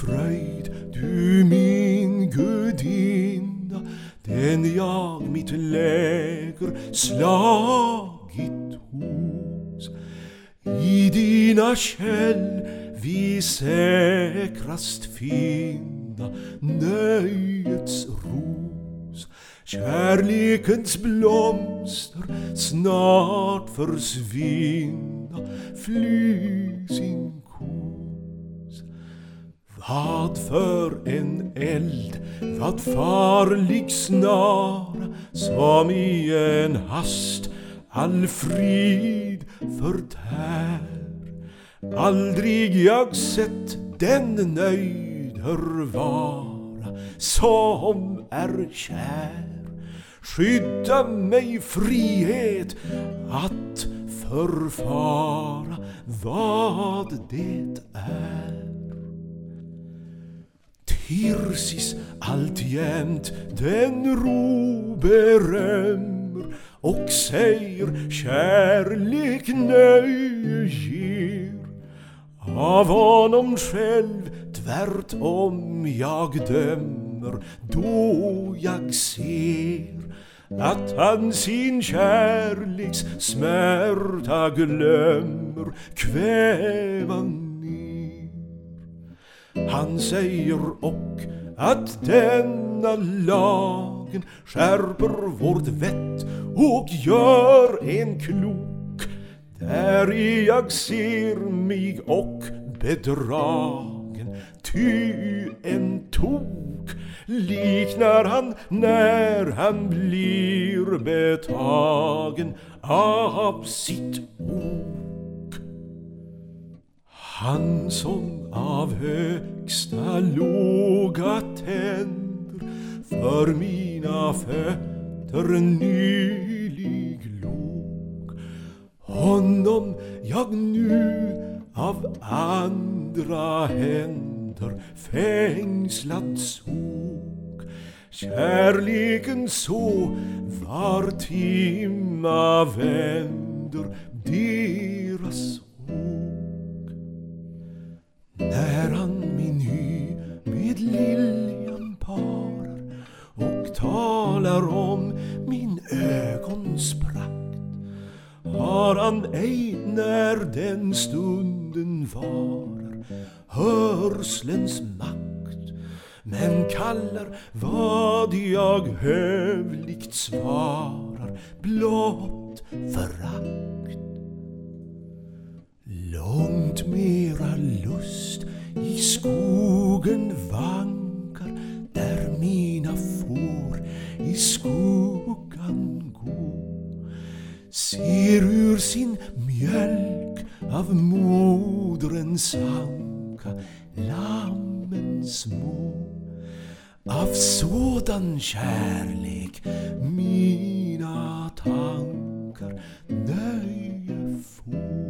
fröjd, du min gudinna, den jag mitt läger slagit hos. I dina käll vi säkrast finna nöjets ros. Kärlekens blomster snart försvinna, fly sin kos. Vad för en eld, vad farlig snara, som i en hast all frid förtär. Aldrig jag sett den nöjder vara som är kär. Skydda mig frihet att förfara vad det är. Tirsis alltjämt den ro berömmer och säger kärlek nöje ger. Av honom själv tvärtom jag dömer, då jag ser att han sin kärleks smärta glömmer kväva ner. Han säger och att denna lagen skärper vårt vett och gör en klok. Där jag ser mig och bedragen, ty en tok liknar han när han blir betagen av sitt ok. Han som av högsta låga tänder för mina fötter nylig låg, honom jag nu av andra händer fängslad såg. Kärleken så var timma vänder deras åg. När han min hy med liljan parar och talar om min ögons prakt, har han ej när den stunden varar hörslens makt, men kallar vad jag hövligt svarar blott förakt. Långt mera lust i skogen vankar, där mina får i skuggan går. Ser ur sin mjölk av moderns anka lammen små. Av sådan kärlek mina tankar nöje få.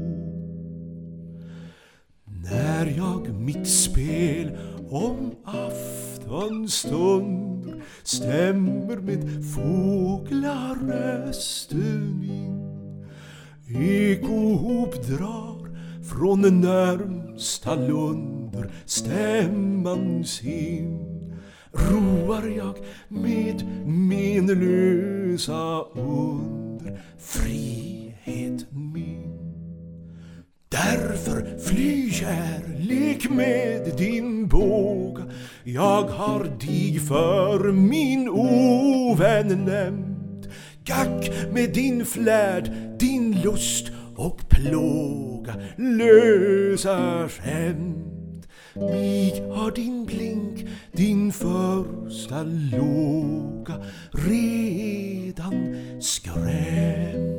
När jag mitt spel om aftonstunder stämmer med fåglarrösten in, ekohop drar från närmsta lunder stämman sin, roar jag med menlösa under frihet min. Därför fly kärlek med din båga, jag har dig för min ovän nämnd. Gack med din flärd, din lust och plåga, lösa skämt. Mig har din blink, din första låga redan skrämt.